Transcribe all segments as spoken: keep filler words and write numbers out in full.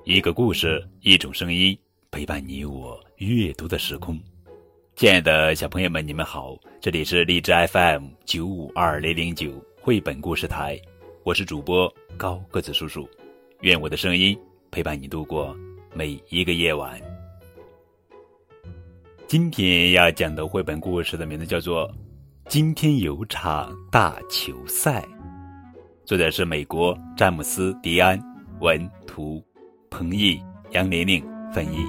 一个故事，一种声音，陪伴你我阅读的时空。亲爱的小朋友们，你们好，这里是荔枝 F M 九五二零零九绘本故事台，我是主播高个子叔叔，愿我的声音陪伴你度过每一个夜晚。今天要讲的绘本故事的名字叫做《今天有场大球赛》，作者是美国詹姆斯·迪安，文图彭毅、杨玲玲翻译。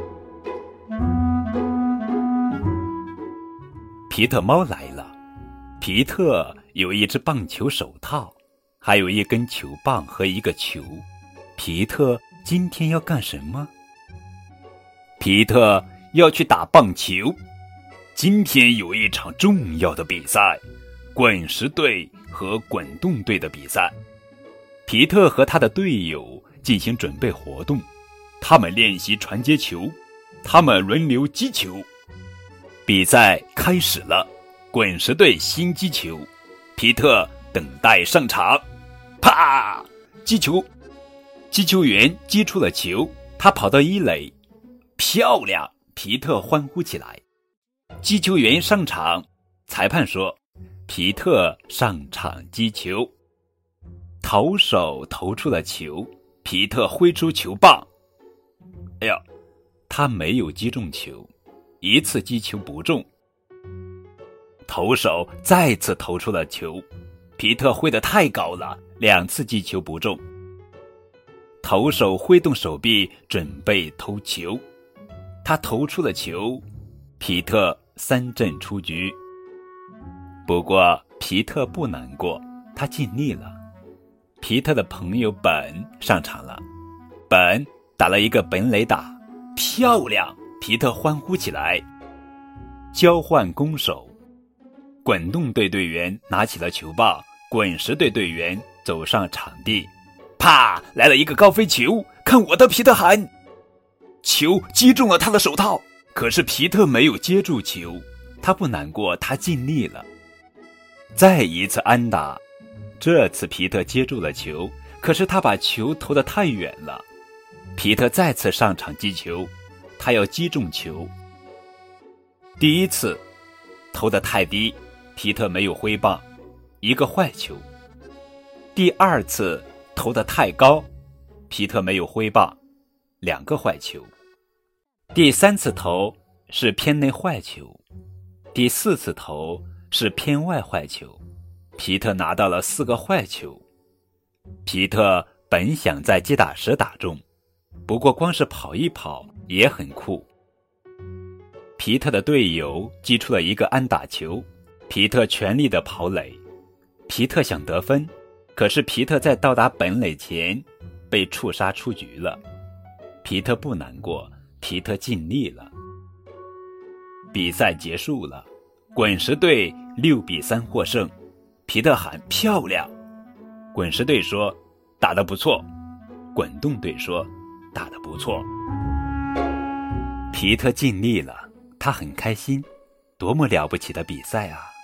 皮特猫来了，皮特有一只棒球手套，还有一根球棒和一个球。皮特今天要干什么？皮特要去打棒球。今天有一场重要的比赛，滚石队和滚动队的比赛。皮特和他的队友进行准备活动，他们练习传接球，他们轮流击球。比赛开始了，滚石队新击球，皮特等待上场。啪！击球，击球员击出了球，他跑到一垒，漂亮！皮特欢呼起来。击球员上场，裁判说皮特上场击球。投手投出了球，皮特挥出球棒。哎呀，他没有击中球，一次击球不中。投手再次投出了球，皮特挥得太高了，两次击球不中。投手挥动手臂准备投球，他投出了球，皮特三振出局。不过皮特不难过，他尽力了。皮特的朋友本上场了，本打了一个本垒打，漂亮！皮特欢呼起来。交换攻守，滚动队队员拿起了球棒，滚石队队员走上场地。啪！来了一个高飞球，看我的！皮特喊。球击中了他的手套，可是皮特没有接住球，他不难过，他尽力了。再一次安打，这次皮特接住了球，可是他把球投得太远了。皮特再次上场击球，他要击中球。第一次投得太低，皮特没有挥棒，一个坏球。第二次投得太高，皮特没有挥棒，两个坏球。第三次投是偏内坏球，第四次投是偏外坏球，皮特拿到了四个坏球。皮特本想在接打时打中，不过光是跑一跑也很酷。皮特的队友击出了一个安打球，皮特全力的跑垒。皮特想得分，可是皮特在到达本垒前被触杀出局了。皮特不难过，皮特尽力了。比赛结束了，滚石队六比三获胜。皮特喊漂亮，滚石队说打得不错，滚动队说打得不错。皮特尽力了，他很开心，多么了不起的比赛啊！